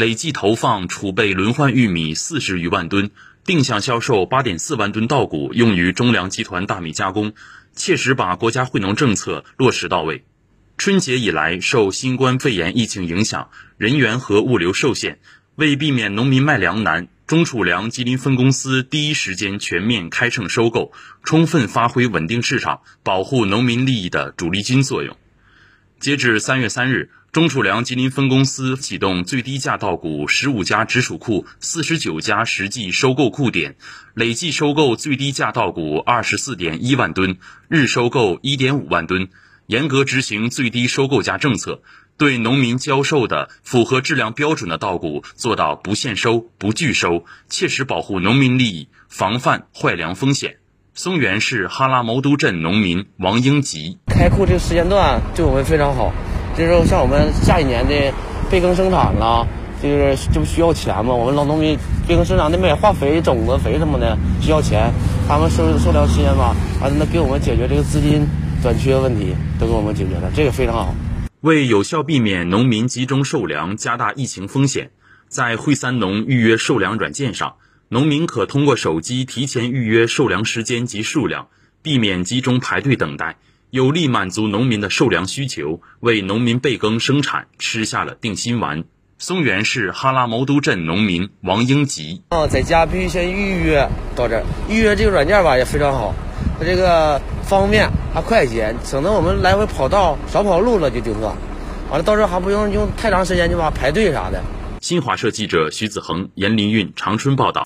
累计投放储备轮换玉米40余万吨，定向销售8.4万吨稻谷用于中粮集团大米加工，切实把国家惠农政策落实到位。春节以来，受新冠肺炎疫情影响，人员和物流受限，为避免农民卖粮难，中储粮吉林分公司第一时间全面开秤收购，充分发挥稳定市场、保护农民利益的主力军作用。截至3月3日，中储粮吉林分公司启动最低价稻谷15家直属库、49家实际收购库点，累计收购最低价稻谷24.1万吨，日收购1.5万吨，严格执行最低收购价政策，对农民交售的符合质量标准的稻谷做到不限收、不拒收，切实保护农民利益，防范坏粮风险。松原市哈拉毛都镇农民王英吉： 开库这个时间段对我们非常好，就是像我们下一年的备耕生产了，就需要钱嘛。我们老农民备耕生产的买化肥、种子、肥什么的需要钱，他们收粮时间吧，能给我们解决这个资金短缺问题，都给我们解决了，这个非常好。 为有效避免农民集中售粮加大疫情风险，在惠三农预约售粮软件上，农民可通过手机提前预约售粮时间及数量，避免集中排队等待，有力满足农民的售粮需求，为农民备耕生产吃下了定心丸。松原市哈拉毛都镇农民王英吉： 在家必须先预约到这儿，预约这个软件吧也非常好，它这个方便还快捷，省得我们来回跑道少跑路了就得了，完了到时候还不用太长时间就排队啥的。 新华社记者徐子恒、严林运长春报道。